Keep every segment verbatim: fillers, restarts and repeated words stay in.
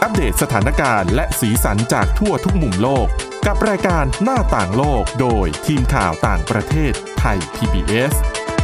อัปเดตสถานการณ์และสีสันจากทั่วทุกมุมโลกกับรายการหน้าต่างโลกโดยทีมข่าวต่างประเทศไทย พี บี เอส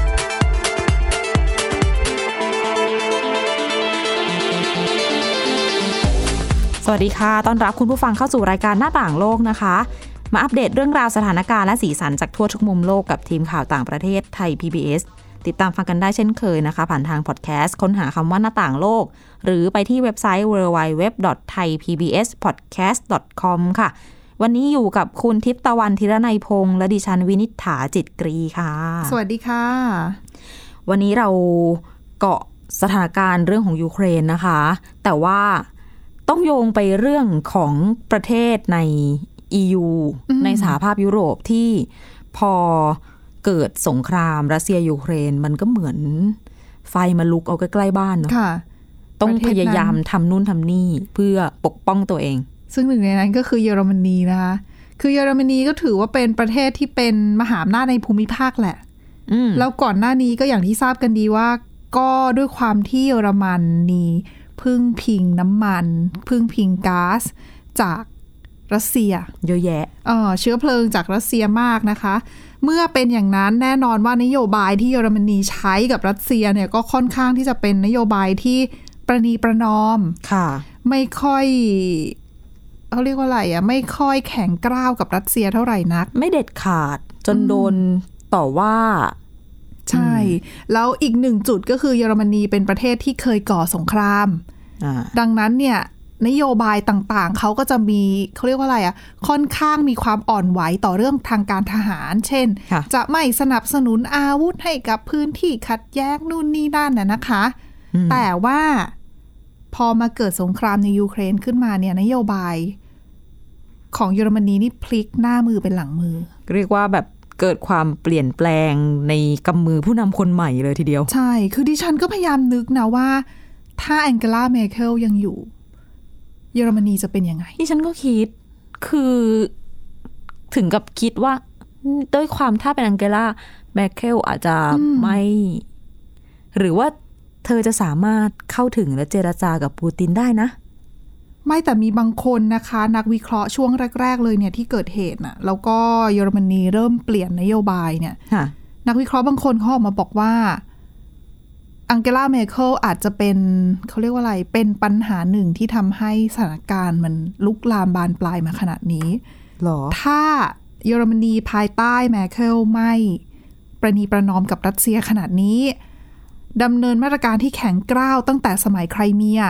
สวัสดีค่ะต้อนรับคุณผู้ฟังเข้าสู่รายการหน้าต่างโลกนะคะมาอัปเดตเรื่องราวสถานการณ์และสีสันจากทั่วทุกมุมโลกกับทีมข่าวต่างประเทศไทย พี บี เอส ติดตามฟังกันได้เช่นเคยนะคะผ่านทางพอดแคสต์ค้นหาคำว่าหน้าต่างโลกหรือไปที่เว็บไซต์ ดับเบิลยู ดับเบิลยู ดับเบิลยู ดอท ไทย พี บี เอส พอดแคสต์ ดอท คอม ค่ะวันนี้อยู่กับคุณทิพย์ตะวันธีรนัยพงษ์และดิฉันวินิษฐาจิตกรีค่ะสวัสดีค่ะวันนี้เราเกาะสถานการณ์เรื่องของยูเครนนะคะแต่ว่าต้องโยงไปเรื่องของประเทศใน อี ยู ในสหภาพยุโรปที่พอเกิดสงครามรัสเซียยูเครนมันก็เหมือนไฟมาลุกเอาใกล้ๆบ้านเนาะต้องพยายามทำนู่นทำนี่เพื่อปกป้องตัวเองซึ่งหนึ่งในนั้นก็คือเยอรมนีนะคะคือเยอรมนีก็ถือว่าเป็นประเทศที่เป็นมหาอำนาจในภูมิภาคแหละแล้วก่อนหน้านี้ก็อย่างที่ทราบกันดีว่าก็ด้วยความที่เยอรมนีพึ่งพิงน้ำมันพึ่งพิงก๊าซจากรัสเซียเยอะแยะเออเชื้อเพลิงจากรัสเซียมากนะคะเมื่อเป็นอย่างนั้นแน่นอนว่านโยบายที่เยอรมนีใช้กับรัสเซียเนี่ยก็ค่อนข้างที่จะเป็นนโยบายที่ประนีประนอมค่ะไม่ค่อยเขาเรียกว่าอะไรอ่ะไม่ค่อยแข็งกร้าวกับรัสเซียเท่าไหร่นักไม่เด็ดขาดจนโดนต่อว่าใช่แล้วอีกหนึ่งจุดก็คือเยอรมนีเป็นประเทศที่เคยก่อสงครามดังนั้นเนี่ยนโยบายต่างๆเขาก็จะมีเขาเรียกว่าอะไรอ่ะค่อนข้างมีความอ่อนไหวต่อเรื่องทางการทหารเช่นจะไม่สนับสนุนอาวุธให้กับพื้นที่ขัดแย้งนู่นนี่นั่นน่ะนะคะแต่ว่าพอมาเกิดสงครามในยูเครนขึ้นมาเนี่ยนโยบายของเยอรมนีนี่พลิกหน้ามือเป็นหลังมือเรียกว่าแบบเกิดความเปลี่ยนแปลงในกำมือผู้นำคนใหม่เลยทีเดียวใช่คือดิฉันก็พยายามนึกนะว่าถ้าแองเกลาเมเคิลยังอยู่เยอรมนีจะเป็นยังไงดิฉันก็คิดคือถึงกับคิดว่าด้วยความถ้าเป็นแองเกลาเมเคิลอาจจะไม่หรือว่าเธอจะสามารถเข้าถึงและเจรจากับปูตินได้นะไม่แต่มีบางคนนะคะนักวิเคราะห์ช่วงแรกๆเลยเนี่ยที่เกิดเหตุน่ะแล้วก็เยอรมนีเริ่มเปลี่ยนนโยบายเนี่ยนักวิเคราะห์บางคนเขาออกมาบอกว่าอังเกลาเมเคิลอาจจะเป็นเขาเรียกว่าอะไรเป็นปัญหาหนึ่งที่ทำให้สถานการณ์มันลุกลามบานปลายมาขนาดนี้หรอถ้าเยอรมนีภายใต้เมเคิลไม่ประนีประนอมกับรัสเซียขนาดนี้ดำเนินมาตรการที่แข็งกร้าวตั้งแต่สมัยไครเมีย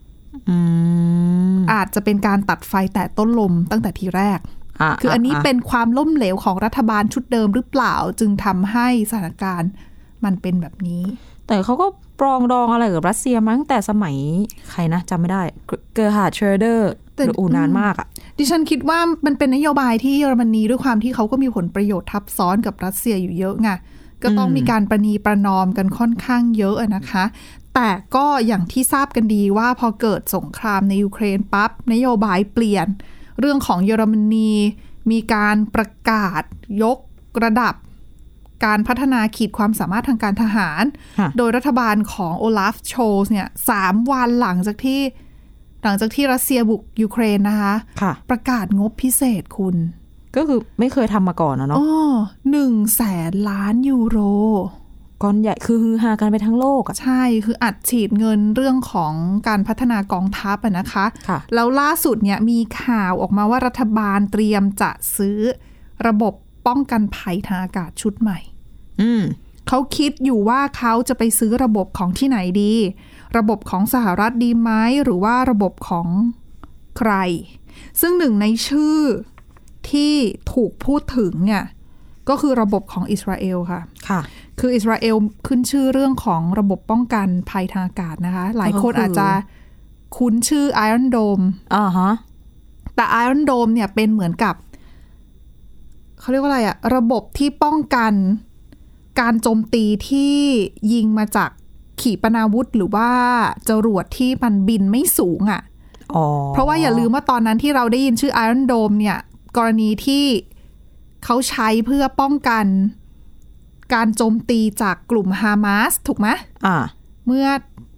อาจจะเป็นการตัดไฟแต่ต้นลมตั้งแต่ทีแรกคืออันนี้เป็นความล้มเหลวของรัฐบาลชุดเดิมหรือเปล่าจึงทำให้สถานการณ์มันเป็นแบบนี้แต่เขาก็ปรองดองอะไรกับรัสเซียมาตั้งแต่สมัยใครนะจำไม่ได้เกอร์ฮาร์ด เชอร์เดอร์หรืออูนานมากอ่ะดิฉันคิดว่ามันเป็นนโยบายที่เยอรมนีด้วยความที่เขาก็มีผลประโยชน์ทับซ้อนกับรัสเซียอยู่เยอะไงก็ต้องมีการประนีประนอมกันค่อนข้างเยอะนะคะแต่ก็อย่างที่ทราบกันดีว่าพอเกิดสงครามในยูเครนปั๊บนโยบายเปลี่ยนเรื่องของเยอรมนีมีการประกาศยกระดับการพัฒนาขีดความสามารถทางการทหารโดยรัฐบาลของโอลาฟโชลส์เนี่ยสามวันหลังจากที่หลังจากที่รัสเซียบุกยูเครนนะคะประกาศงบพิเศษคุณก็คือไม่เคยทำมาก่อนนะเนาะอ๋อหนึ่งแสนล้านยูโรก้อนใหญ่คือฮือฮากันไปทั้งโลกอ่ะใช่คืออัดฉีดเงินเรื่องของการพัฒนากองทัพอ่ะนะคะแล้วล่าสุดเนี่ยมีข่าวออกมาว่ารัฐบาลเตรียมจะซื้อระบบป้องกันภัยทางอากาศชุดใหม่อืมเขาคิดอยู่ว่าเขาจะไปซื้อระบบของที่ไหนดีระบบของสหรัฐดีไหมหรือว่าระบบของใครซึ่งหนึ่งในชื่อที่ถูกพูดถึงเนี่ยก็คือระบบของอิสราเอลค่ะค่ะคืออิสราเอลขึ้นชื่อเรื่องของระบบป้องกันภัยทางอากาศนะคะหลายคนอาจจะคุ้นชื่อ Iron Dome อ่าฮะแต่ Iron Dome เนี่ยเป็นเหมือนกับเขาเรียกว่าอะไรอะระบบที่ป้องกันการโจมตีที่ยิงมาจากขีปนาวุธหรือว่าจรวดที่มันบินไม่สูงอะอ๋อเพราะว่าอย่าลืมว่าตอนนั้นที่เราได้ยินชื่อ Iron Dome เนี่ยกรณีที่เขาใช้เพื่อป้องกันการโจมตีจากกลุ่มฮามาสถูกไหมอ่าเมื่อ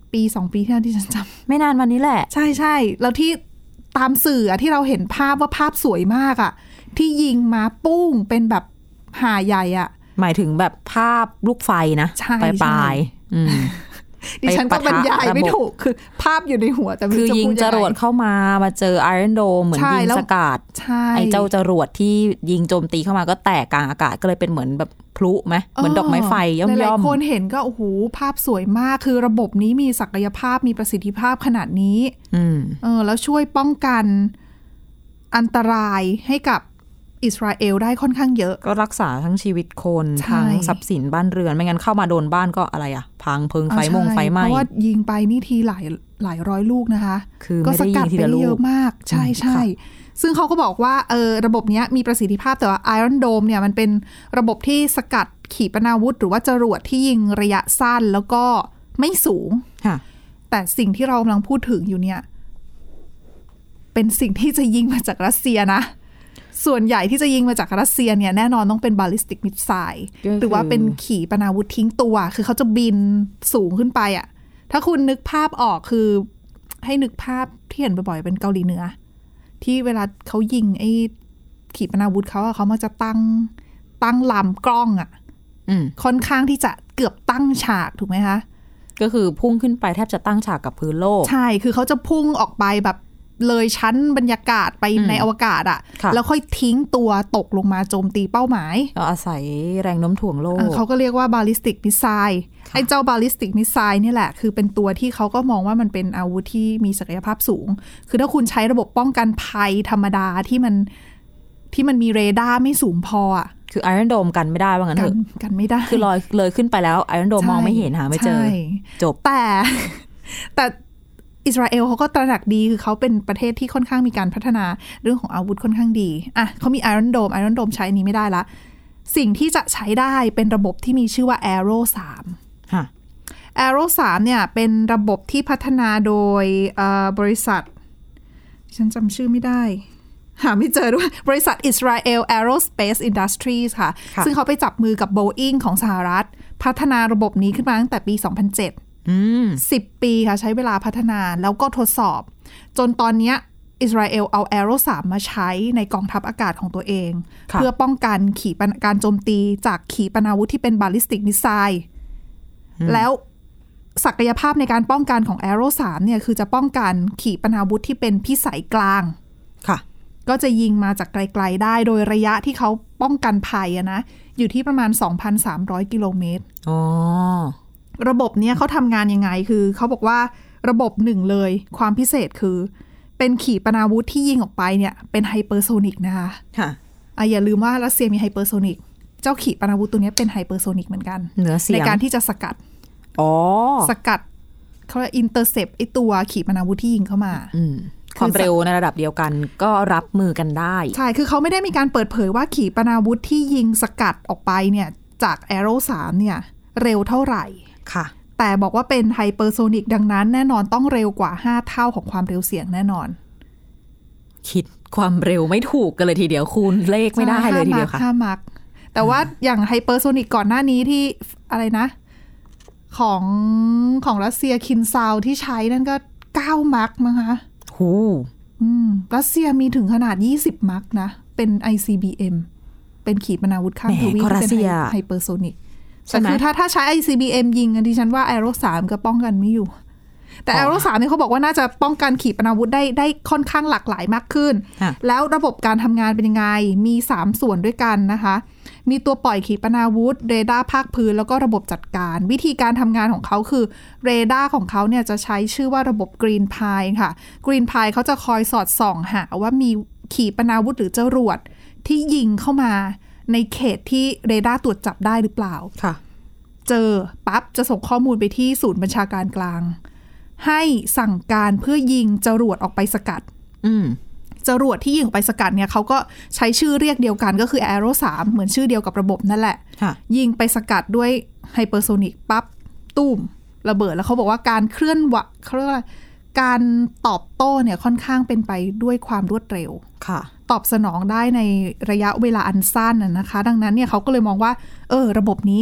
ปีสองปีที่แล้วที่ฉันจำไม่นานมานี้แหละใช่ใช่แล้วที่ตามสื่อที่เราเห็นภาพว่าภาพสวยมากอ่ะที่ยิงมาปุ้งเป็นแบบหาใหญ่อ่ะหมายถึงแบบภาพลูกไฟนะปลายปลายดิฉันก็บรรยายไม่ถูกคือภาพอยู่ในหัวแต่คือยิงจรวดเข้ามามาเจอไอรอนโดมเหมือนยิงสกัดไอ้เจ้าจรวดที่ยิงโจมตีเข้ามาก็แตกกลางอากาศก็เลยเป็นเหมืนแบบพลุไหมเหมือนดอกไม้ไฟย่อมๆหลายคนเห็นก็โอ้โหภาพสวยมากคือระบบนี้มีศักยภาพมีประสิทธิภาพขนาดนี้เออแล้วช่วยป้องกันอันตรายให้กับอิสราเอลได้ค่อนข้างเยอะก็รักษาทั้งชีวิตคนทั้งทรัพย์สินบ้านเรือนไม่งั้นเข้ามาโดนบ้านก็อะไรอ่ะพังเพลิงไฟมงไฟไหม้เพราะว่ายิงไปนี่ทีหลายหลายร้อยลูกนะคะคือก็สกัดไปเยอะมากใช่ใช่ซึ่งเขาก็บอกว่าเออระบบนี้มีประสิทธิภาพแต่ว่า Iron Dome เนี่ยมันเป็นระบบที่สกัดขีปนาวุธหรือว่าจรวดที่ยิงระยะสั้นแล้วก็ไม่สูงแต่สิ่งที่เรากำลังพูดถึงอยู่เนี่ยเป็นสิ่งที่จะยิงมาจากรัสเซียนะส่วนใหญ่ที่จะยิงมาจากรัสเซียเนี่ยแน่นอนต้องเป็นบาลิสติกมิสไซล์หรือว่าเป็นขีปนาวุธทิ้งตัวคือเขาจะบินสูงขึ้นไปอ่ะถ้าคุณนึกภาพออกคือให้นึกภาพที่เห็นบ่อยๆเป็นเกาหลีเหนือที่เวลาเขายิงไอ้ขีปนาวุธเขาอะเขามักจะตั้งตั้งลำกล้องอ่ะค่อนข้างที่จะเกือบตั้งฉากถูกไหมคะก็คือพุ่งขึ้นไปแทบจะตั้งฉากกับพื้นโลกใช่คือเขาจะพุ่งออกไปแบบเลยชั้นบรรยากาศไปในอวกาศอ่ะแล้วค่อยทิ้งตัวตกลงมาโจมตีเป้าหมายเราอาศัยแรงโน้มถ่วงโลกเขาก็เรียกว่าบาลิสติกมิสไซล์ไอ้เจ้าบาลิสติกมิสไซล์นี่แหละคือเป็นตัวที่เขาก็มองว่ามันเป็นอาวุธที่มีศักยภาพสูงคือถ้าคุณใช้ระบบป้องกันภัยธรรมดาที่มันที่มันมีเรดาร์ไม่สูงพออ่ะคือไอรอนโดมกันไม่ได้ว่างั้นเถอะกันไม่ได้คือลอยเลยขึ้นไปแล้วไอรอนโดมมองไม่เห็นหาไม่เจอจบแต่แต่อิสราเอลเขาก็ตระหนักดีคือเขาเป็นประเทศที่ค่อนข้างมีการพัฒนาเรื่องของอาวุธค่อนข้างดีอ่ะเขามีไอรอนโดมไอรอนโดมใช้นี้ไม่ได้ละสิ่งที่จะใช้ได้เป็นระบบที่มีชื่อว่า Arrow สามค่ะ Arrow สามเนี่ยเป็นระบบที่พัฒนาโดยบริษัทฉันจำชื่อไม่ได้หาไม่เจอด้วยบริษัท Israel Aerospace Industries ค่ะซึ่งเขาไปจับมือกับ Boeing ของสหรัฐพัฒนาระบบนี้ขึ้นมาตั้งแต่ปีสองพันเจ็ดสิบปีค่ะใช้เวลาพัฒนาแล้วก็ทดสอบจนตอนนี้อิสราเอลเอา Arrow สามมาใช้ในกองทัพอากาศของตัวเองเพื่อป้องกันขีปนาการโจมตีจากขีปนาวุธที่เป็นบาลิสติกมิสไซล์แล้วศักยภาพในการป้องกันของ Arrow สามเนี่ยคือจะป้องกันขีปนาวุธที่เป็นพิสัยกลางค่ะก็จะยิงมาจากไกลๆได้โดยระยะที่เขาป้องกันภัยนะอยู่ที่ประมาณ สองพันสามร้อย กิโลเมตรอ๋อระบบเนี้ยเขาทำงานยังไงคือเขาบอกว่าระบบหนึ่งเลยความพิเศษคือเป็นขีปนาวุธที่ยิงออกไปเนี่ยเป็นไฮเปอร์โซนิกนะคะค่ะอ่ะอย่าลืมว่ารัสเซียมีไฮเปอร์โซนิกเจ้าขีปนาวุธตัวนี้เป็นไฮเปอร์โซนิกเหมือนกันในการที่จะสกัดอ๋อสกัดเขาเรียกอินเตอร์เซปไอตัวขีปนาวุธที่ยิงเข้ามาความเร็วในระดับเดียวกันก็รับมือกันได้ใช่คือเขาไม่ได้มีการเปิดเผยว่าขีปนาวุธที่ยิงสกัดออกไปเนี่ยจาก Arrow สามเนี่ยเร็วเท่าไหร่ค่ะแต่บอกว่าเป็นไฮเปอร์โซนิกดังนั้นแน่นอนต้องเร็วกว่าห้าเท่าของความเร็วเสียงแน่นอนคิดความเร็วไม่ถูกกันเลยทีเดียวคูณเลขไม่ได้เลยทีเดียวค่ะห้ามักแต่ว่าอย่างไฮเปอร์โซนิกก่อนหน้านี้ที่อะไรนะของของรัสเซียคินซาวที่ใช้นั่นก็เก้ามักมั้งคะโหอืมรัสเซียมีถึงขนาดยี่สิบมักนะเป็น ไอ ซี บี เอ็ม เป็นขีปนาวุธข้ามทวีปเป็นไฮเปอร์โซนิกแต่คือถ้าถ้าใช้ ไอ ซี บี เอ็ม ยิงกันดิฉันว่า Arrow สามก็ป้องกันไม่อยู่แต่ Arrow สามเนี่ยเขาบอกว่าน่าจะป้องกันขีปนาวุธได้ได้ค่อนข้างหลากหลายมากขึ้นแล้วระบบการทำงานเป็นยังไงมีสามส่วนด้วยกันนะคะมีตัวปล่อยขีปนาวุธเรดาร์ภาคพื้นแล้วก็ระบบจัดการวิธีการทำงานของเขาคือเรดาร์ของเขาเนี่ยจะใช้ชื่อว่าระบบ Green Pie ค่ะ Green Pie เขาจะคอยสอดส่องหาว่ามีขีปนาวุธหรือจรวดที่ยิงเข้ามาในเขตที่เรดาร์ตรวจจับได้หรือเปล่าค่ะเจอปั๊บจะส่งข้อมูลไปที่ศูนย์บัญชาการกลางให้สั่งการเพื่อยิงจรวดออกไปสกัดอืมจรวดที่ยิงออกไปสกัดเนี่ยเขาก็ใช้ชื่อเรียกเดียวกันก็คือ Arrow สามเหมือนชื่อเดียวกับระบบนั่นแหละยิงไปสกัดด้วยไฮเปอร์โซนิกปั๊บตุ้มระเบิดแล้วเขาบอกว่าการเคลื่อนไหวเขาเรียกว่าการตอบโต้เนี่ยค่อนข้างเป็นไปด้วยความรวดเร็วค่ะตอบสนองได้ในระยะเวลาอันสั้นนะคะดังนั้นเนี่ยเขาก็เลยมองว่าเออระบบนี้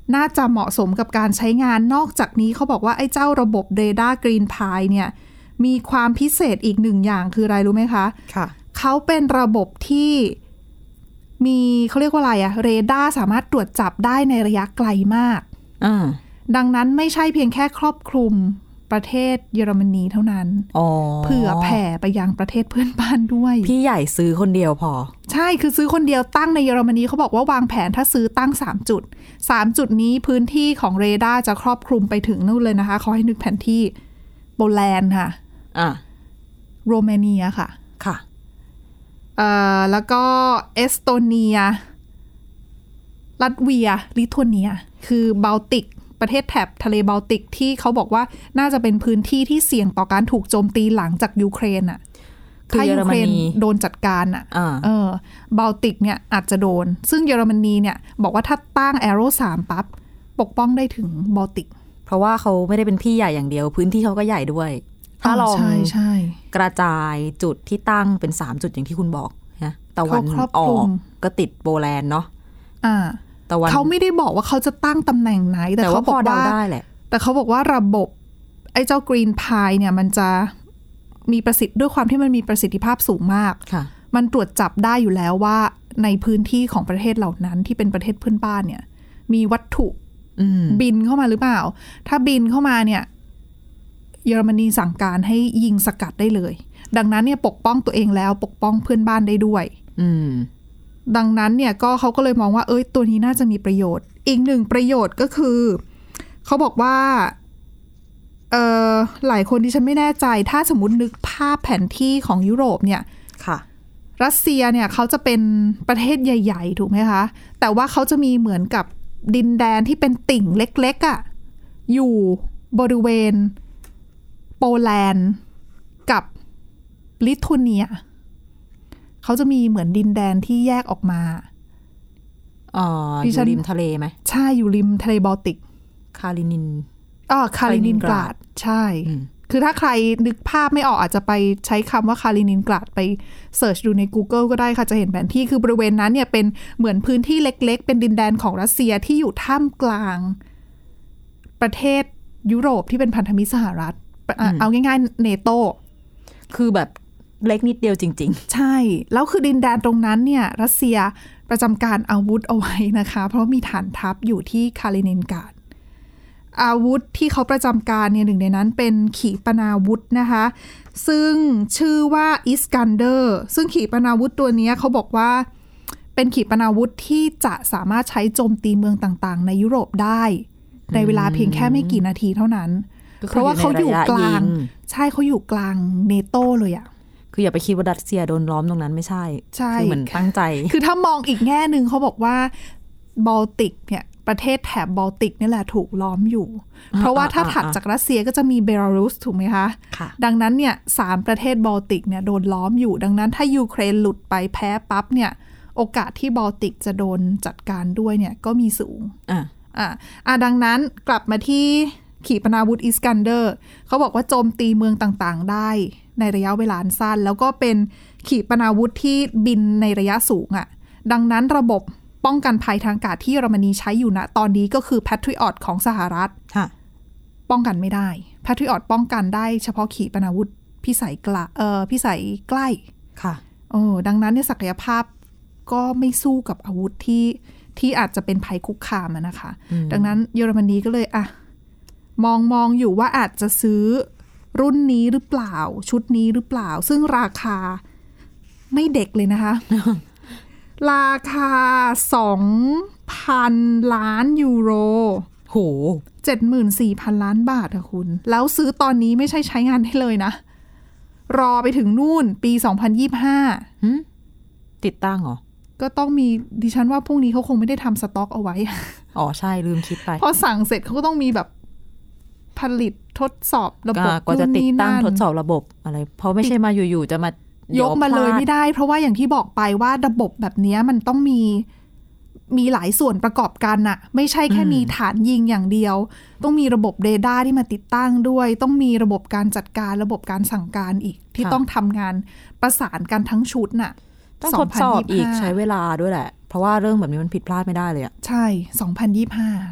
น่าจะเหมาะสมกับการใช้งานนอกจากนี้เขาบอกว่าไอ้เจ้าระบบเรดาร์กรีนพายเนี่ยมีความพิเศษอีกหนึ่งอย่างคืออะไรรู้ไหมคะค่ะเขาเป็นระบบที่มีเขาเรียกว่าอะไรอะเรดาร์สามารถตรวจจับได้ในระยะไกลมากดังนั้นไม่ใช่เพียงแค่ครอบคลุมประเทศเยอรมนีเท่านั้นเผื่อแผ่ไปยังประเทศเพื่อนบ้านด้วยพี่ใหญ่ซื้อคนเดียวพอใช่คือซื้อคนเดียวตั้งในเยอรมนีเขาบอกว่าวางแผนถ้าซื้อตั้งสามจุดสามจุดนี้พื้นที่ของเรดาร์จะครอบคลุมไปถึงนู่นเลยนะคะขอให้นึกแผนที่โปแลนด์ค่ะอ่ะโรมาเนียค่ะค่ะเอ่อแล้วก็เอสโตเนียลัตเวียลิทัวเนียคือบอลติกประเทศแถบทะเลบอลติกที่เขาบอกว่าน่าจะเป็นพื้นที่ที่เสี่ยงต่อการถูกโจมตีหลังจากยูเครนอ่ะถ้ายูเครนโดนจัดการอ่ะเออบอลติกเนี่ยอาจจะโดนซึ่งเยอรมนีเนี่ยบอกว่าถ้าตั้งแอโร่สามปั๊บปกป้องได้ถึงบอลติกเพราะว่าเขาไม่ได้เป็นพี่ใหญ่อย่างเดียวพื้นที่เขาก็ใหญ่ด้วยถ้าลองกระจายจุดที่ตั้งเป็นสามจุดอย่างที่คุณบอกนะตะวันออกก็ติดโปแลนด์เนาะอ่าเขาไม่ได้บอกว่าเขาจะตั้งตำแหน่งไหนแต่เขาบอกว่าแต่เขาบอกว่าระบบไอ้เจ้ากรีนพายเนี่ยมันจะมีประสิทธิ์ด้วยความที่มันมีประสิทธิภาพสูงมากมันตรวจจับได้อยู่แล้วว่าในพื้นที่ของประเทศเหล่านั้นที่เป็นประเทศเพื่อนบ้านเนี่ยมีวัตถุบินเข้ามาหรือเปล่าถ้าบินเข้ามาเนี่ยเยอรมนีสั่งการให้ยิงสกัดได้เลยดังนั้นเนี่ยปกป้องตัวเองแล้วปกป้องเพื่อนบ้านได้ด้วยดังนั้นเนี่ยก็เขาก็เลยมองว่าเอ้ยตัวนี้น่าจะมีประโยชน์อีกหนึ่งประโยชน์ก็คือเขาบอกว่าเออหลายคนที่ฉันไม่แน่ใจถ้าสมมตินึกภาพแผนที่ของยุโรปเนี่ยค่ะรัสเซียเนี่ยเขาจะเป็นประเทศใหญ่ๆถูกไหมคะแต่ว่าเขาจะมีเหมือนกับดินแดนที่เป็นติ่งเล็กๆอ่ะอยู่บริเวณโปแลนด์กับลิทัวเนียเขาจะมีเหมือนดินแดนที่แยกออกมาอ๋ออยู่ริมทะเลไหมใช่อยู่ริมทะเลบอลติกคาลินินอ๋อคาลินินกราดใช่คือถ้าใครนึกภาพไม่ออกอาจจะไปใช้คำว่าคาลินินกราดไปเสิร์ชดูใน Google ก็ได้ค่ะจะเห็นแผนที่คือบริเวณนั้นเนี่ยเป็นเหมือนพื้นที่เล็กๆเป็นดินแดนของรัสเซียที่อยู่ท่ามกลางประเทศยุโรปที่เป็นพันธมิตรสหรัฐเอาง่ายๆเนโตคือแบบเล็กนิดเดียวจริงๆใช่แล้วคือดินแดนตรงนั้นเนี่ยรัสเซียประจำการอาวุธเอาไว้นะคะเพราะมีฐานทัพอยู่ที่คาลินินกราดอาวุธที่เขาประจำการเนี่ยหนึ่งในนั้นเป็นขีปนาวุธนะคะซึ่งชื่อว่าอิสกันเดอร์ซึ่งขีปนาวุธตัวนี้เขาบอกว่าเป็นขีปนาวุธที่จะสามารถใช้โจมตีเมืองต่างๆในยุโรปได้ในเวลาเพียงแค่ไม่กี่นาทีเท่านั้นเพราะว่าเขาอยู่กลางใช่เขาอยู่กลางเนโตเลยอะคืออย่าไปคิดว่ารัสเซียโดนล้อมตรงนั้นไม่ใช่ใช่คือเหมือนตั้งใจคือถ้ามองอีกแง่นึงเขาบอกว่าบอลติกเนี่ยประเทศแถบบอลติกนี่แหละถูกล้อมอยู่เพราะว่าถ้าถัดจากรัสเซียก็จะมีเบลารุสถูกไหมคะดังนั้นเนี่ยสามประเทศบอลติกเนี่ยโดนล้อมอยู่ดังนั้นถ้ายูเครนหลุดไปแพ้ปั๊บเนี่ยโอกาสที่บอลติกจะโดนจัดการด้วยเนี่ยก็มีสูงอ่าอ่าอ่าดังนั้นกลับมาที่ขีปนาวุธอิสกันเดอร์เขาบอกว่าโจมตีเมืองต่างๆได้ในระยะเวลาสั้นแล้วก็เป็นขีปนาวุธที่บินในระยะสูงอ่ะดังนั้นระบบป้องกันภัยทางอากาศที่เยอรมนีใช้อยู่ณตอนนี้ก็คือ Patriot ของสหรัฐป้องกันไม่ได้ Patriot ป้องกันได้เฉพาะขีปนาวุธพิสัยไกลเอ่อพิสัยใกล้ค่ะโอ้ดังนั้นเนี่ยศักยภาพก็ไม่สู้กับอาวุธที่ที่อาจจะเป็นภัยคุกคามนะคะดังนั้นเยอรมนีก็เลยอ่ะมองมองอยู่ว่าอาจจะซื้อรุ่นนี้หรือเปล่าชุดนี้หรือเปล่าซึ่งราคาไม่เด็กเลยนะคะ ราคา สองพัน ล้านยูโรโหเจ็ดหมื่นสี่พัน ล้านบาทอะคุณแล้วซื้อตอนนี้ไม่ใช่ใช้งานได้เลยนะรอไปถึงนู่นปีสองพันยี่สิบห้าติดตั้งเหรอก็ต้องมีดิฉันว่าพรุ่งนี้เขาคงไม่ได้ทำสต็อกเอาไว้อ๋อใช่ลืมคิดไปพอสั่งเสร็จเขาก็ต้องมีแบบผลิตทดสอบระบบก็จะติดตั้งทดสอบระบบอะไรเพราะไม่ใช่มาอยู่ๆจะมายกมาเลยไม่ได้เพราะว่าอย่างที่บอกไปว่าระบบแบบนี้มันต้องมีมีหลายส่วนประกอบกันน่ะไม่ใช่แค่มีฐานยิงอย่างเดียวต้องมีระบบเรดาร์ที่มาติดตั้งด้วยต้องมีระบบการจัดการระบบการสั่งการอีกที่ต้องทำงานประสานกันทั้งชุดน่ะต้องทดสอบอีกใช้เวลาด้วยแหละเพราะว่าเรื่องแบบนี้มันผิดพลาดไม่ได้เลยอ่ะใช่สองพันยี่สิบห้า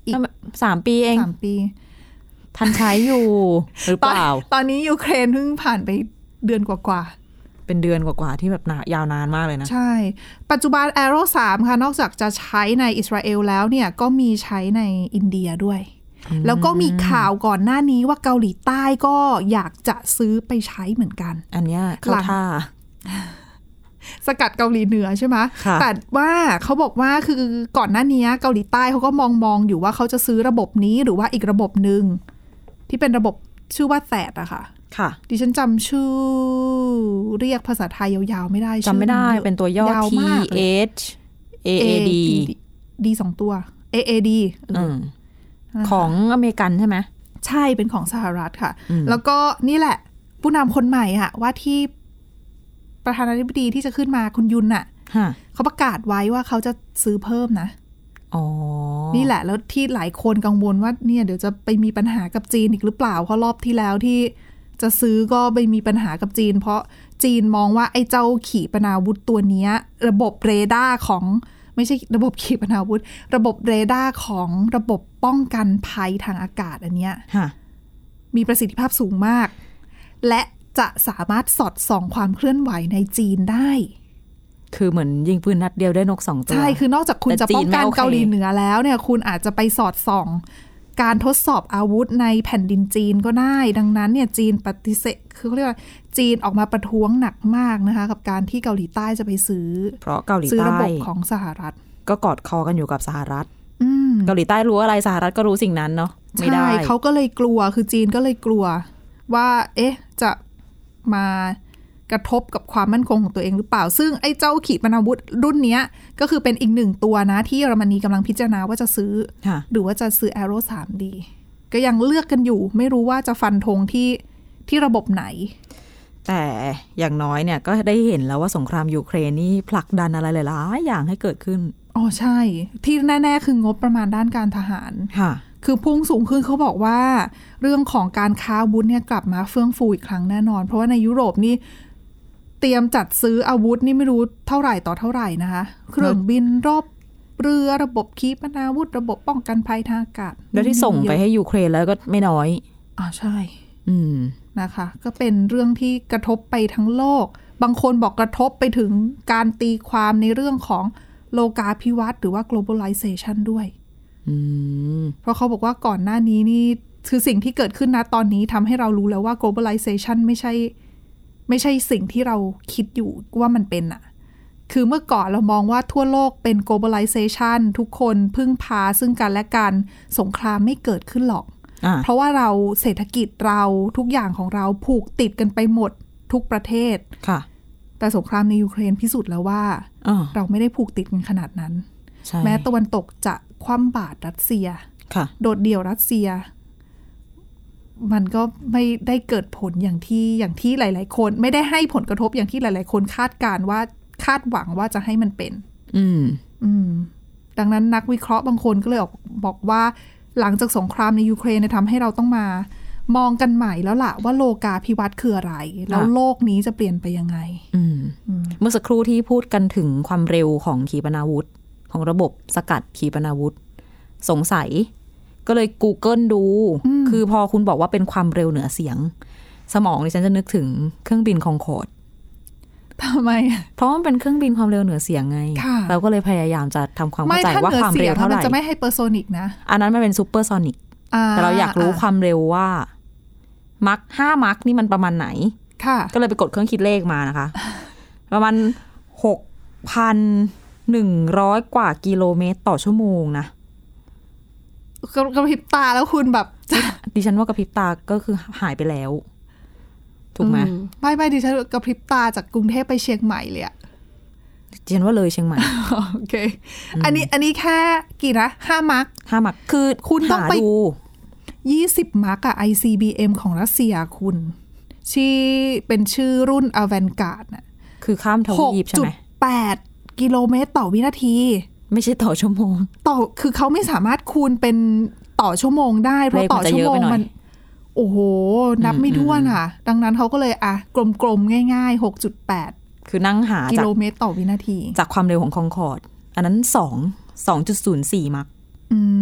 อีกสามปีเองสามปีทันใช้อยู่หรือเปล่าต, ตอนนี้ยูเครนเพิ่งผ่านไปเดือนกว่าๆเป็นเดือนกว่าๆที่แบบยาวนานมากเลยนะใช่ปัจจุบัน Arrow สามค่ะนอกจากจะใช้ในอิสราเอลแล้วเนี่ยก็มีใช้ในอินเดียด้วยแล้วก็มีข่าวก่อนหน้านี้ว่าเกาหลีใต้ก็อยากจะซื้อไปใช้เหมือนกันอันเนี้ยเข้าท่าสกัดเกาหลีเหนือใช่ไหมแต่ว่าเขาบอกว่าคือก่อนหน้านี้เกาหลีใต้เขาก็มองมองอยู่ว่าเขาจะซื้อระบบนี้หรือว่าอีกระบบหนึ่งที่เป็นระบบชื่อว่าแซดอะค่ะค่ะดิฉันจำชื่อเรียกภาษาไทยยาวๆไม่ได้จำไม่ได้เป็นตัวย่อ ที เอช เอ เอ ดีดี สองตัว เอ เอ ดีของอเมริกันใช่ไหมใช่เป็นของสหรัฐค่ะแล้วก็นี่แหละผู้นำคนใหม่ค่ะว่าที่ประธานาธิบดีที่จะขึ้นมาคุณยุนน่ะเขาประกาศไว้ว่าเขาจะซื้อเพิ่มนะอ๋อนี่แหละแล้วที่หลายคนกังวลว่าเนี่ยเดี๋ยวจะไปมีปัญหากับจีนอีกหรือเปล่าเพราะรอบที่แล้วที่จะซื้อก็ไปมีปัญหากับจีนเพราะจีนมองว่าไอ้เจ้าขีปนาวุธตัวนี้ระบบเรดาร์ของไม่ใช่ระบบขีปนาวุธระบบเรดาร์ของระบบป้องกันภัยทางอากาศอันเนี้ยมีประสิทธิภาพสูงมากและจะสามารถสอดส่องความเคลื่อนไหวในจีนได้คือเหมือนยิงปืนนัดเดียวได้นกสองตัวใช่คือนอกจากคุณจะป้องกันเกาหลีเหนือแล้วเนี่ยคุณอาจจะไปสอดส่องการทดสอบอาวุธในแผ่นดินจีนก็ได้ดังนั้นเนี่ยจีนปฏิเสธคือเขาเรียกว่าจีนออกมาประท้วงหนักมากนะคะกับการที่เกาหลีใต้จะไปซื้อเพราะเกาหลีใต้ซื้อระบบของสหรัฐก็กอดคอกันอยู่กับสหรัฐเกาหลีใต้รู้อะไรสหรัฐก็รู้สิ่งนั้นเนาะไม่ได้เขาก็เลยกลัวคือจีนก็เลยกลัวว่าเอ๊ะจะมากระทบกับความมั่นคงของตัวเองหรือเปล่าซึ่งไอ้เจ้าขีปนาวุธรุ่นนี้ก็คือเป็นอีกหนึ่งตัวนะที่เยอรมนีกำลังพิจารณาว่าจะซื้อหรือว่าจะซื้อ Arrow สาม ดีก็ยังเลือกกันอยู่ไม่รู้ว่าจะฟันธงที่ที่ระบบไหนแต่อย่างน้อยเนี่ยก็ได้เห็นแล้วว่าสงครามยูเครนนี่ผลักดันอะไรหลายๆอย่างให้เกิดขึ้นอ๋อใช่ที่แน่ๆคืองบประมาณด้านการทหารค่ะคือพุ่งสูงขึ้นเขาบอกว่าเรื่องของการค้าอาวุธเนี่ยกลับมาเฟื่องฟูอีกครั้งแน่นอนเพราะว่าในยุโรปนี่เตรียมจัดซื้ออาวุธนี่ไม่รู้เท่าไหร่ต่อเท่าไหร่นะคะเครื่องบินรบเรือระบบขีปนาวุธระบบป้องกันภัยทางอากาศแล้วที่ส่งไปให้ยูเครนแล้วก็ไม่น้อยอ่าใช่อืมนะคะก็เป็นเรื่องที่กระทบไปทั้งโลกบางคนบอกกระทบไปถึงการตีความในเรื่องของโลกาภิวัตน์หรือว่า globalization ด้วยเพราะเขาบอกว่าก่อนหน้านี้นี่คือสิ่งที่เกิดขึ้นนะตอนนี้ทำให้เรารู้แล้วว่า globalization ไม่ใช่ไม่ใช่สิ่งที่เราคิดอยู่ว่ามันเป็นอะคือเมื่อก่อนเรามองว่าทั่วโลกเป็น globalization ทุกคนพึ่งพาซึ่งกันและกันสงครามไม่เกิดขึ้นหรอกเพราะว่าเราเศรษฐกิจเราทุกอย่างของเราผูกติดกันไปหมดทุกประเทศค่ะแต่สงครามในยูเครนพิสูจน์แล้วว่าเราไม่ได้ผูกติดกันขนาดนั้นแม้ตะวันตกจะคว่ำบาตรรัสเซียโดดเดี่ยวรัสเซียมันก็ไม่ได้เกิดผลอย่างที่อย่างที่หลายๆคนไม่ได้ให้ผลกระทบอย่างที่หลายๆคนคาดการว่าคาดหวังว่าจะให้มันเป็นอืมอืมดังนั้นนักวิเคราะห์บางคนก็เลยออกบอกว่าหลังจากสงครามในยูเครนเนี่ยทำให้เราต้องมามองกันใหม่แล้วล่ะว่าโลกาภิวัตน์คืออะไรแล้วโลกนี้จะเปลี่ยนไปยังไงเมื่อสักครู่ที่พูดกันถึงความเร็วของขีปนาวุธของระบบสกัดขีปนาวุธสงสัยก็เลย Google ดูคือพอคุณบอกว่าเป็นความเร็วเหนือเสียงสมองดิฉันจะนึกถึงเครื่องบินคองคอร์ดทำไมเพราะมันเป็นเครื่องบินความเร็วเหนือเสียงไงเราก็เลยพยายามจะทำความเข้าใจว่าความเร็วเท่าไหร่มันจะไม่ไฮเปอร์โซนิกนะอันนั้นมันเป็นซูเปอร์โซนิกแต่เราอยากรู้ความเร็วว่ามัคห้ามัคนี่มันประมาณไหนก็เลยไปกดเครื่องคิดเลขมานะคะประมาณ หกพันหนึ่งร้อย กว่ากิโลเมตรต่อชั่วโมงนะกระพริบตาแล้วคุณแบบดิฉันว่ากระพริบตาก็คือหายไปแล้วถูกไหมไม่ไม่ดิฉันกระพริบตาจากกรุงเทพไปเชียงใหม่เลยอะดิฉันว่าเลยเชียงใหม่โอเคอันนี้อันนี้แค่กี่นะห้ามัคห้ามัคคือคุณต้องไปยี่สิบมัคอะ ไอ ซี บี เอ็ม ของรัสเซียคุณที่เป็นชื่อรุ่น Avangard น่ะคือข้ามทวีปใช่ไหมหกจุดแปด กิโลเมตรต่อวินาทีไม่ใช่ต่อชั่วโมงต่อคือเขาไม่สามารถคูณเป็นต่อชั่วโมงได้เพราะต่อชั่วโมงมันโอ้โหนับไม่ถ้วนค่ะดังนั้นเขาก็เลยอ่ะกลมๆง่ายๆ หกจุดแปดคือนั่งหากิโลเมตรต่อวินาทีจากความเร็วของคองคอร์ดอันนั้นสอง สองจุดศูนย์สี่ มัคอืม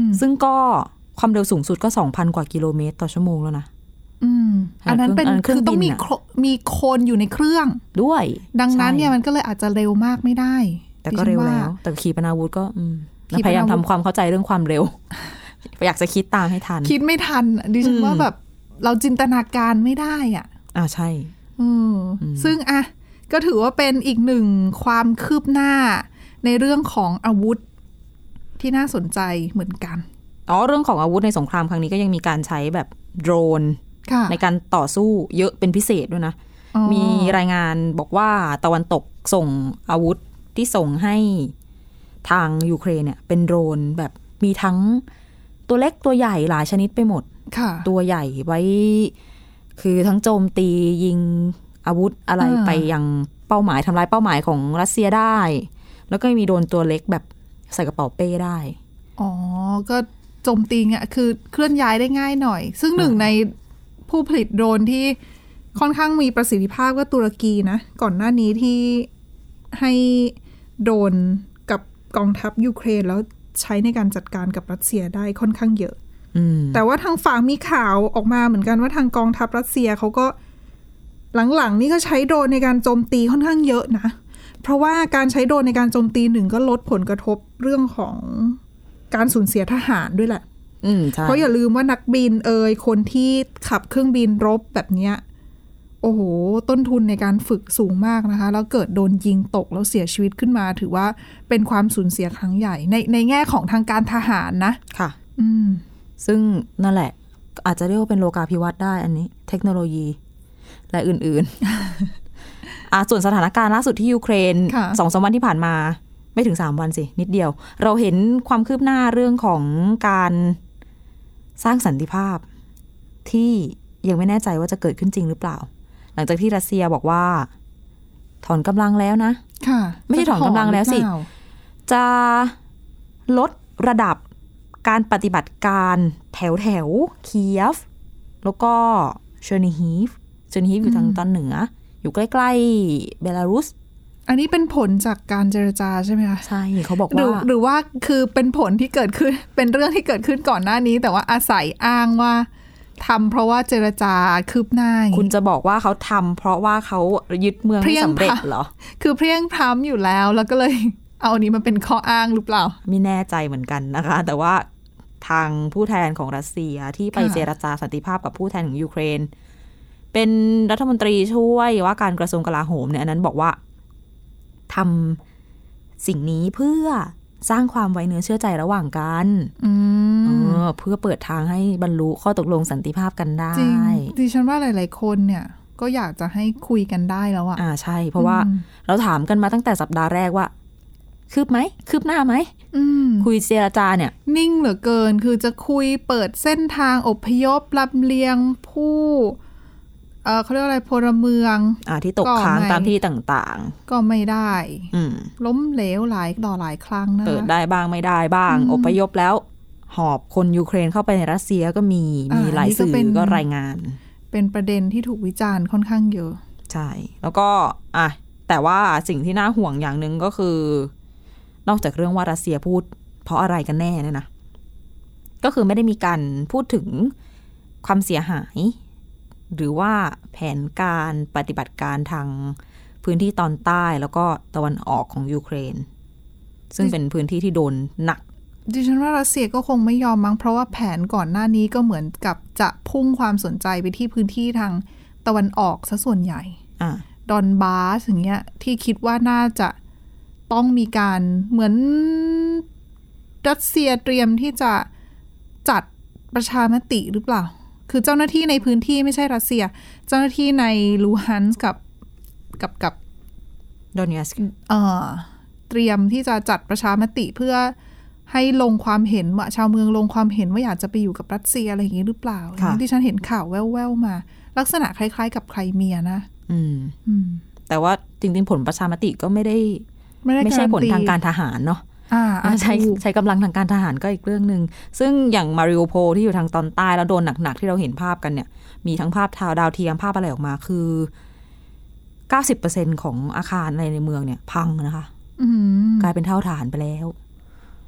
ซึ่งก็ความเร็วสูงสุดก็ สองพัน กว่ากิโลเมตรต่อชั่วโมงแล้วนะอืมอันนั้นเป็นคือต้องมีมีคนอยู่ในเครื่องด้วยดังนั้นเนี่ยมันก็เลยอาจจะเร็วมากไม่ได้แต่ก็เร็วแล้วแต่ขีปนาวุธก็พยายามทำความเข้าใจเรื่องความเร็วอยากจะคิดตามให้ทันคิดไม่ทันดิฉันว่าแบบเราจินตนาการไม่ได้อ่ะอ่าใช่อืมซึ่งอ่ะก็ถือว่าเป็นอีกหนึ่งความคืบหน้าในเรื่องของอาวุธที่น่าสนใจเหมือนกันอ๋อเรื่องของอาวุธในสงครามครั้งนี้ก็ยังมีการใช้แบบโดรนในการต่อสู้เยอะเป็นพิเศษด้วยนะมีรายงานบอกว่าตะวันตกส่งอาวุธที่ส่งให้ทางยูเครนเนี่ยเป็นโดรนแบบมีทั้งตัวเล็กตัวใหญ่หลายชนิดไปหมดตัวใหญ่ไว้คือทั้งโจมตียิงอาวุธอะไรไปยังเป้าหมายทำลายเป้าหมายของรัสเซียได้แล้วก็มีโดรนตัวเล็กแบบใส่กระเป๋าเป้ได้อ๋อก็โจมตีเนี่ยคือเคลื่อนย้ายได้ง่ายหน่อยซึ่งหนึ่งในผู้ผลิตโดรนที่ค่อนข้างมีประสิทธิภาพก็ตุรกีนะก่อนหน้านี้ที่ให้โดรนกับกองทัพยูเครนแล้วใช้ในการจัดการกับรัสเซียได้ค่อนข้างเยอะแต่ว่าทางฝั่งมีข่าวออกมาเหมือนกันว่าทางกองทัพรัสเซียเขาก็หลังๆนี่ก็ใช้โดรนในการโจมตีค่อนข้างเยอะนะเพราะว่าการใช้โดรนในการโจมตีหนึ่งก็ลดผลกระทบเรื่องของการสูญเสียทหารด้วยแหละเพราะอย่าลืมว่านักบินเอ่ยคนที่ขับเครื่องบินรบแบบเนี้ยโอ้โหต้นทุนในการฝึกสูงมากนะคะแล้วเกิดโดนยิงตกแล้วเสียชีวิตขึ้นมาถือว่าเป็นความสูญเสียครั้งใหญ่ในในแง่ของทางการทหารนะค่ะอืมซึ่งนั่นแหละอาจจะเรียกว่าเป็นโลกาภิวัตน์ได้อันนี้เทคโนโลยีและอื่นๆ อ่ะส่วนสถานการณ์ล่าสุดที่ยูเครน สองสาม วันที่ผ่านมาไม่ถึงสามวันสินิดเดียวเราเห็นความคืบหน้าเรื่องของการสร้างสันติภาพที่ยังไม่แน่ใจว่าจะเกิดขึ้นจริงหรือเปล่าหลังจากที่รัสเซียบอกว่าถอนกำลังแล้วนะค่ะไม่ใช่ถอนกำลังแล้วสิจะลดระดับการปฏิบัติการแถวแถวเคียฟแล้วก็เชอร์นิฮีฟเชอร์นิฮีฟอยู่ทางตอนเหนืออยู่ใกล้ๆเบลารุสอันนี้เป็นผลจากการเจรจาใช่ไหมคะใช่เขาบอกว่าหรือว่าคือเป็นผลที่เกิดขึ้นเป็นเรื่องที่เกิดขึ้นก่อนหน้านี้แต่ว่าอาศัยอ้างว่าทำเพราะว่าเจรจาคืบหน้าคุณจะบอกว่าเขาทำเพราะว่าเขายึดเมืองไม่สำเร็จเหรอคือเพรียงพร้ำอยู่แล้วแล้วก็เลยเอาอันนี้มาเป็นข้ออ้างหรือเปล่าไม่แน่ใจเหมือนกันนะคะแต่ว่าทางผู้แทนของรัสเซียที่ไปเจรจาสันติภาพกับผู้แทนของยูเครนเป็นรัฐมนตรีช่วยว่าการกระทรวงกลาโหมเนี่ยอันนั้นบอกว่าทำสิ่งนี้เพื่อสร้างความไว้เนื้อเชื่อใจระหว่างกันเออเพื่อเปิดทางให้บรรลุข้อตกลงสันติภาพกันได้จริงดิฉันว่าหลายๆคนเนี่ยก็อยากจะให้คุยกันได้แล้วอ่ะอ่าใช่เพราะว่าเราถามกันมาตั้งแต่สัปดาห์แรกว่าคืบไหมคืบหน้าไหมคุยเจรจาเนี่ยนิ่งเหลือเกินคือจะคุยเปิดเส้นทางอพยพลำเลียงผู้เออเขาเรียกอะไรพลเมืองอ่าที่ตกค้างตามที่ต่างๆก็ไม่ได้ล้มเหลวหลายต่อหลายครั้งนะเปิดได้บ้างไม่ได้บ้างอพยพแล้วหอบคนยูเครนเข้าไปในรัสเซียก็มีมีหลายสื่อก็รายงานเป็นประเด็นที่ถูกวิจารณ์ค่อนข้างเยอะใช่แล้วก็อ่ะแต่ว่าสิ่งที่น่าห่วงอย่างหนึ่งก็คือนอกจากเรื่องว่ารัสเซียพูดเพราะอะไรกันแน่เนี่ยนะก็คือไม่ได้มีการพูดถึงความเสียหายหรือว่าแผนการปฏิบัติการทางพื้นที่ตอนใต้แล้วก็ตะวันออกของยูเครนซึ่งเป็นพื้นที่ที่โดนหนักดิฉันว่ารัสเซียก็คงไม่ยอมมั้งเพราะว่าแผนก่อนหน้านี้ก็เหมือนกับจะพุ่งความสนใจไปที่พื้นที่ทางตะวันออกซะส่วนใหญ่ดอนบาสอย่างเงี้ยที่คิดว่าน่าจะต้องมีการเหมือนรัสเซียเตรียมที่จะจัดประชามติหรือเปล่าคือเจ้าหน้าที่ในพื้นที่ไม่ใช่รัสเซียเจ้าหน้าที่ในลูฮันส์กับกับกับดอนเนสเอ่อเตรียมที่จะจัดประชามติเพื่อให้ลงความเห็นว่าชาวเมืองลงความเห็นว่าอยากจะไปอยู่กับรัสเซียอะไรอย่างนี้หรือเปล่าที่ฉันเห็นข่าวแว่วๆมาลักษณะคล้ายๆกับไครเมียนะอืมอืมแต่ว่าจริงๆผลประชามติก็ไม่ได้ไม่ใช่ผลทางการทหารเนาะใช้ใช้กำลังทางการทหารก็อีกเรื่องนึงซึ่งอย่างมาริโอโพลที่อยู่ทางตอนใต้แล้วโดนหนักๆที่เราเห็นภาพกันเนี่ยมีทั้งภาพทาวดาวเทียมภาพอะไรออกมาคือ เก้าสิบเปอร์เซ็นต์ ของอาคารในในเมืองเนี่ยพังนะคะกลายเป็นเท่าฐานไปแล้ว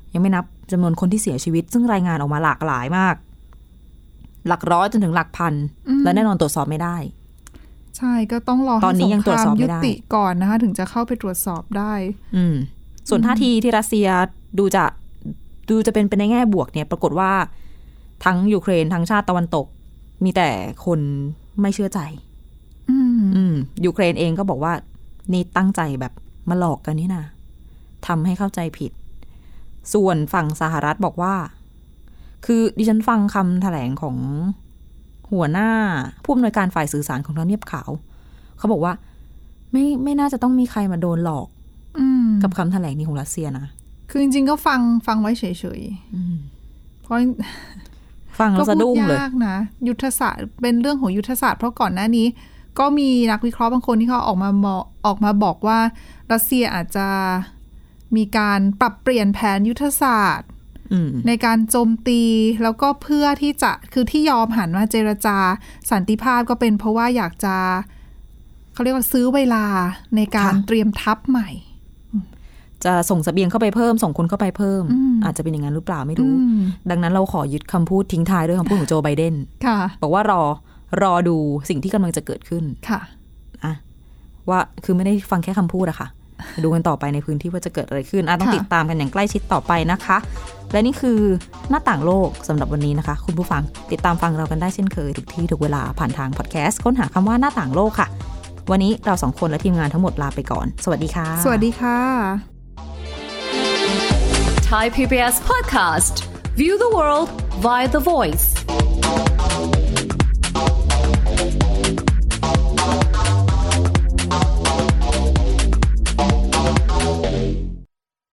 ยังไม่นับจำนวนคนที่เสียชีวิตซึ่งรายงานออกมาหลากหลายมากหลักร้อยจนถึงหลักพันและแน่นอนตรวจสอบไม่ได้ใช่ก็ต้องรอให้สงครามยุติก่อนนะคะถึงจะเข้าไปตรวจสอบได้อืมส่วนท่าทีที่รัสเซียดูจะดูจะเป็นไปในแง่บวกเนี่ยปรากฏว่าทั้งยูเครนทั้งชาติตะวันตกมีแต่คนไม่เชื่อใจอืมอืมยูเครนเองก็บอกว่านี่ตั้งใจแบบมาหลอกกันนี่นะทำให้เข้าใจผิดส่วนฝั่งสหรัฐบอกว่าคือดิฉันฟังคำแถลงของหัวหน้าผู้อำนวยการฝ่ายสื่อสารของทำเนียบขาวเขาบอกว่าไม่ไม่น่าจะต้องมีใครมาโดนหลอกกับคำแถลงนี้ของรัสเซียนะคือจริงๆก็ฟังฟังไว้เฉยๆเพราะฟังแล้วสะดุ้งเลยยากนะยุทธศาสตร์เป็นเรื่องของยุทธศาสตร์เพราะก่อนหน้านี้ก็มีนักวิเคราะห์บางคนที่เขาออกมาบอกออกมาบอกว่ารัสเซียอาจจะมีการปรับเปลี่ยนแผนยุทธศาสตร์ในการโจมตีแล้วก็เพื่อที่จะคือที่ยอมหันมาเจรจาสันติภาพก็เป็นเพราะว่าอยากจะเขาเรียกว่าซื้อเวลาในการเตรียมทัพใหม่จะส่งเสบียงเข้าไปเพิ่มส่งคนเข้าไปเพิ่ม อ, อาจจะเป็นอย่างนั้นหรือเปล่าไม่รู้ดังนั้นเราขอยึดคำพูดทิ้งท้ายด้วยคำพูดของโจไบเดนบอกว่ารอรอดูสิ่งที่กำลังจะเกิดขึ้นค่ะอ่ะว่าคือไม่ได้ฟังแค่คำพูดอะค่ะดูกันต่อไปในพื้นที่ว่าจะเกิดอะไรขึ้นอ่ะต้องติดตามกันอย่างใกล้ชิดต่อไปนะคะและนี่คือหน้าต่างโลกสำหรับวันนี้นะคะคุณผู้ฟังติดตามฟังเรากันได้เช่นเคยทุกที่ทุกเวลาผ่านทางพอดแคสต์ค้นหาคำว่าหน้าต่างโลกค่ะวันนี้เราสองคนและทีมงานทั้งหมดลาไปก่อนสวัสดีค่ะสวัสดีค่ะ Thai พี บี เอส Podcast View the world via the voice